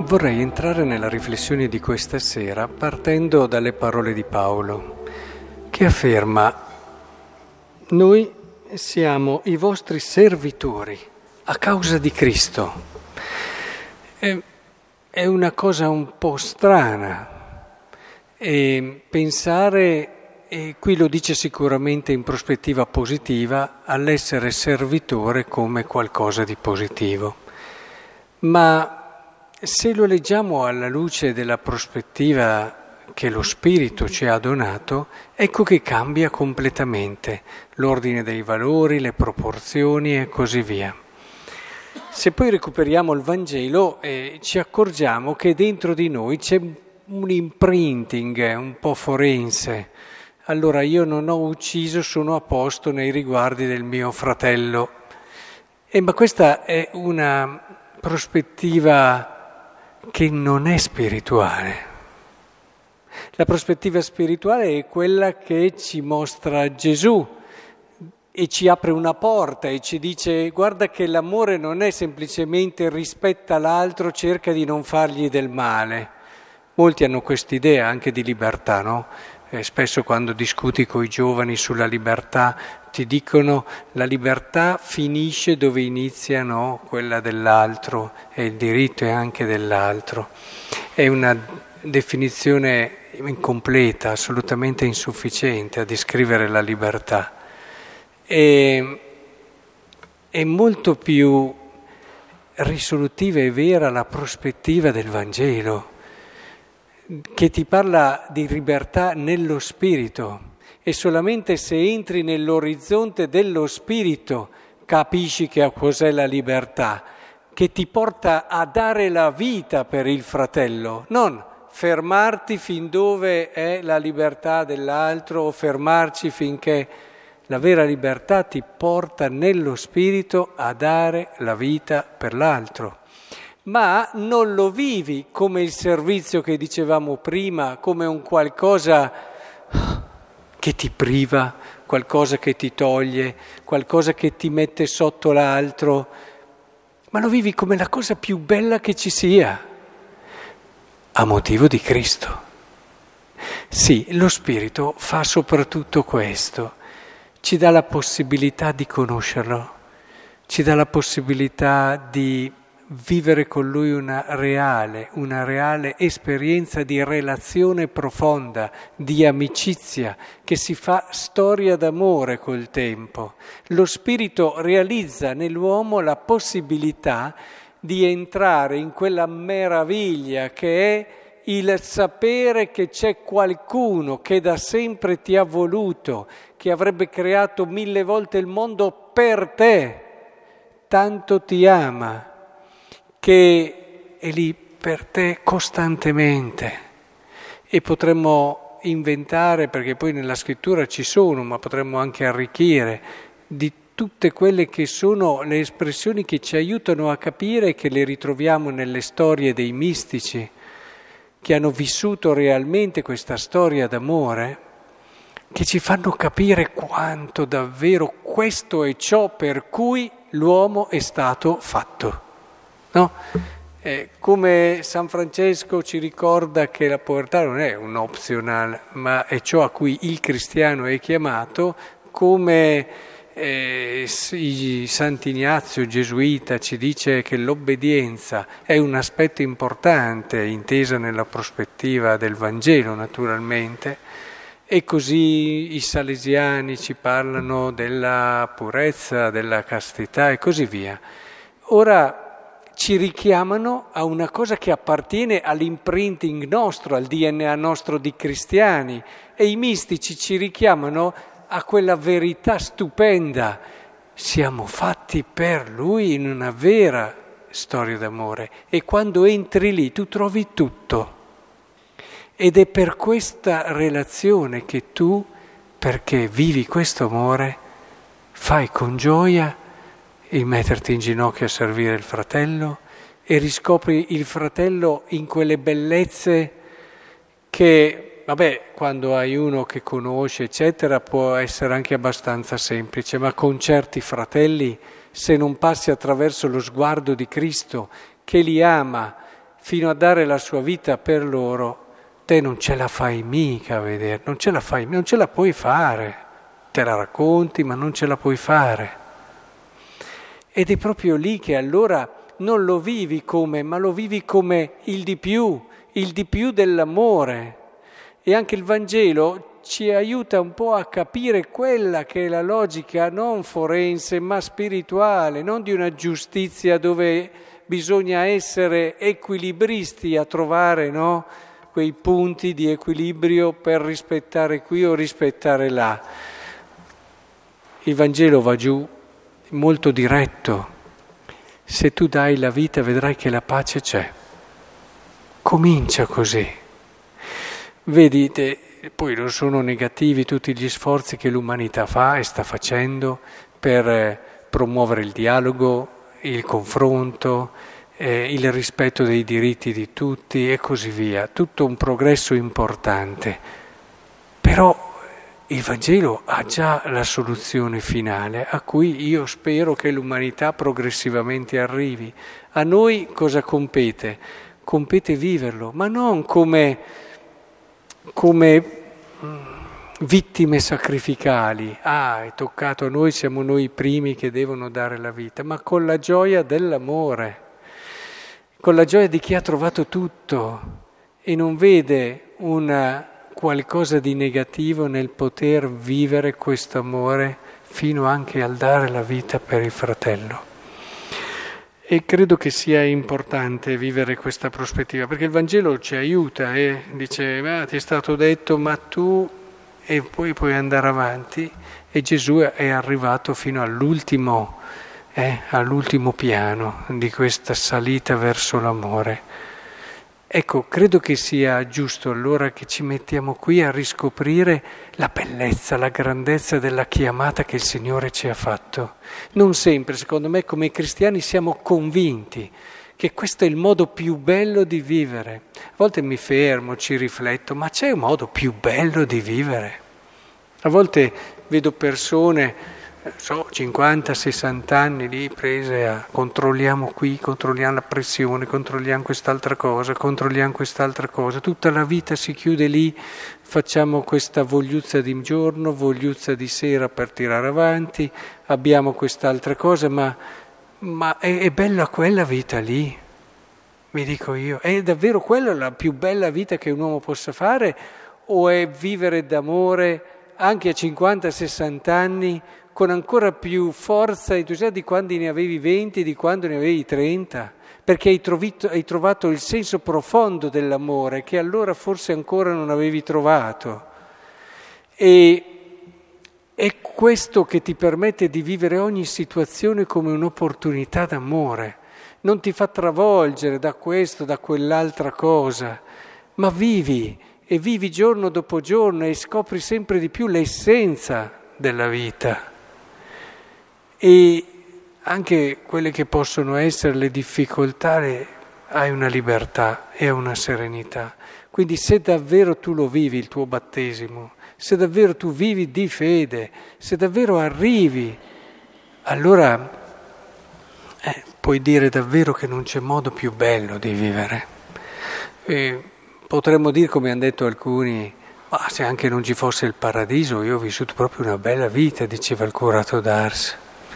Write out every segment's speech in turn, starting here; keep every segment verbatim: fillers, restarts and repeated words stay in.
Vorrei entrare nella riflessione di questa sera partendo dalle parole di Paolo, che afferma: noi siamo i vostri servitori a causa di Cristo. È, è una cosa un po' strana e pensare, e qui lo dice sicuramente in prospettiva positiva, all'essere servitore come qualcosa di positivo. Ma se lo leggiamo alla luce della prospettiva che lo Spirito ci ha donato, ecco che cambia completamente l'ordine dei valori, le proporzioni e così via. Se poi recuperiamo il Vangelo eh, ci accorgiamo che dentro di noi c'è un imprinting un po' forense. Allora io non ho ucciso, sono a posto nei riguardi del mio fratello. Eh, ma questa è una prospettiva che non è spirituale. La prospettiva spirituale è quella che ci mostra Gesù e ci apre una porta e ci dice: guarda che l'amore non è semplicemente rispetta l'altro, cerca di non fargli del male. Molti hanno quest'idea anche di libertà, no? Eh, spesso quando discuti con i giovani sulla libertà ti dicono la libertà finisce dove inizia, no? Quella dell'altro, e il diritto è anche dell'altro. È una definizione incompleta, assolutamente insufficiente a descrivere la libertà. E, è molto più risolutiva e vera la prospettiva del Vangelo, che ti parla di libertà nello spirito, e solamente se entri nell'orizzonte dello spirito capisci che cos'è la libertà, che ti porta a dare la vita per il fratello, non fermarti fin dove è la libertà dell'altro o fermarci finché la vera libertà ti porta nello spirito a dare la vita per l'altro. Ma non lo vivi come il servizio che dicevamo prima, come un qualcosa che ti priva, qualcosa che ti toglie, qualcosa che ti mette sotto l'altro, ma lo vivi come la cosa più bella che ci sia, a motivo di Cristo. Sì, lo Spirito fa soprattutto questo, ci dà la possibilità di conoscerlo, ci dà la possibilità di vivere con Lui una reale, una reale esperienza di relazione profonda, di amicizia, che si fa storia d'amore col tempo. Lo Spirito realizza nell'uomo la possibilità di entrare in quella meraviglia che è il sapere che c'è qualcuno che da sempre ti ha voluto, che avrebbe creato mille volte il mondo per te, tanto ti ama, che è lì per te costantemente. E potremmo inventare, perché poi nella scrittura ci sono, ma potremmo anche arricchire di tutte quelle che sono le espressioni che ci aiutano a capire, che le ritroviamo nelle storie dei mistici, che hanno vissuto realmente questa storia d'amore, che ci fanno capire quanto davvero questo è ciò per cui l'uomo è stato fatto. No? Eh, come San Francesco ci ricorda che la povertà non è un optional, ma è ciò a cui il cristiano è chiamato, come eh, Sant'Ignazio Gesuita ci dice che l'obbedienza è un aspetto importante, intesa nella prospettiva del Vangelo naturalmente, e così i salesiani ci parlano della purezza, della castità e così via. Ora ci richiamano a una cosa che appartiene all'imprinting nostro, al D N A nostro di cristiani, e i mistici ci richiamano a quella verità stupenda. Siamo fatti per Lui in una vera storia d'amore, e quando entri lì tu trovi tutto. Ed è per questa relazione che tu, perché vivi questo amore, fai con gioia il metterti in ginocchio a servire il fratello, e riscopri il fratello in quelle bellezze che, vabbè, quando hai uno che conosce, eccetera, può essere anche abbastanza semplice, ma con certi fratelli, se non passi attraverso lo sguardo di Cristo, che li ama fino a dare la sua vita per loro, te non ce la fai mica a vedere, non ce la fai, non ce la puoi fare, te la racconti ma non ce la puoi fare. Ed è proprio lì che allora non lo vivi come, ma lo vivi come il di più, il di più dell'amore. E anche il Vangelo ci aiuta un po' a capire quella che è la logica non forense ma spirituale, non di una giustizia dove bisogna essere equilibristi a trovare, no, quei punti di equilibrio per rispettare qui o rispettare là. Il Vangelo va giù molto diretto. Se tu dai la vita vedrai che la pace c'è. Comincia così. Vedete, poi non sono negativi tutti gli sforzi che l'umanità fa e sta facendo per promuovere il dialogo, il confronto, eh, il rispetto dei diritti di tutti e così via. Tutto un progresso importante. Però il Vangelo ha già la soluzione finale a cui io spero che l'umanità progressivamente arrivi. A noi cosa compete? Compete viverlo, ma non come, come vittime sacrificali. Ah, è toccato a noi, siamo noi i primi che devono dare la vita, ma con la gioia dell'amore, con la gioia di chi ha trovato tutto e non vede una qualcosa di negativo nel poter vivere questo amore fino anche al dare la vita per il fratello. E credo che sia importante vivere questa prospettiva, perché il Vangelo ci aiuta e dice, ah, ti è stato detto, ma tu, e poi puoi andare avanti, e Gesù è arrivato fino all'ultimo, eh, all'ultimo piano di questa salita verso l'amore. Ecco, credo che sia giusto allora che ci mettiamo qui a riscoprire la bellezza, la grandezza della chiamata che il Signore ci ha fatto. Non sempre, secondo me, come cristiani siamo convinti che questo è il modo più bello di vivere. A volte mi fermo, ci rifletto, ma c'è un modo più bello di vivere? A volte vedo persone, so, cinquanta sessanta anni lì prese a controlliamo qui, controlliamo la pressione, controlliamo quest'altra cosa, controlliamo quest'altra cosa, tutta la vita si chiude lì, facciamo questa vogliuzza di giorno, vogliuzza di sera per tirare avanti, abbiamo quest'altra cosa, ma, ma è, è bella quella vita lì, mi dico io, è davvero quella la più bella vita che un uomo possa fare o è vivere d'amore anche a cinquanta sessanta anni con ancora più forza e entusiasmo di quando ne avevi venti, di quando ne avevi trenta, perché hai, trovito, hai trovato il senso profondo dell'amore che allora forse ancora non avevi trovato. E è questo che ti permette di vivere ogni situazione come un'opportunità d'amore, non ti fa travolgere da questo, da quell'altra cosa, ma vivi e vivi giorno dopo giorno e scopri sempre di più l'essenza della vita. E anche quelle che possono essere le difficoltà, le, hai una libertà e una serenità. Quindi se davvero tu lo vivi il tuo battesimo, se davvero tu vivi di fede, se davvero arrivi, allora eh, puoi dire davvero che non c'è modo più bello di vivere. E potremmo dire, come hanno detto alcuni, ma se anche non ci fosse il paradiso, io ho vissuto proprio una bella vita, diceva il curato d'Ars.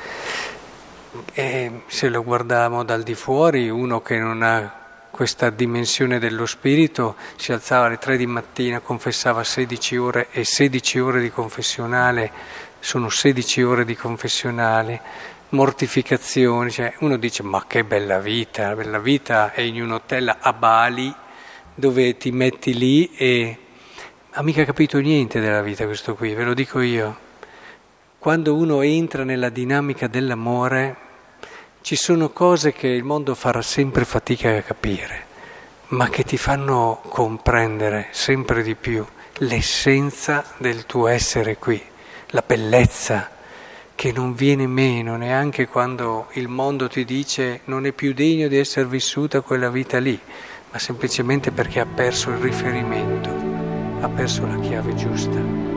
E se lo guardiamo dal di fuori, uno che non ha questa dimensione dello spirito si alzava alle tre di mattina, confessava sedici ore e sedici ore di confessionale, sono sedici ore di confessionale, mortificazioni, cioè uno dice ma che bella vita, la bella vita è in un hotel a Bali dove ti metti lì e ha mica capito niente della vita questo qui, ve lo dico io. Quando uno entra nella dinamica dell'amore, ci sono cose che il mondo farà sempre fatica a capire, ma che ti fanno comprendere sempre di più l'essenza del tuo essere qui, la bellezza che non viene meno neanche quando il mondo ti dice non è più degno di essere vissuta quella vita lì, ma semplicemente perché ha perso il riferimento, ha perso la chiave giusta.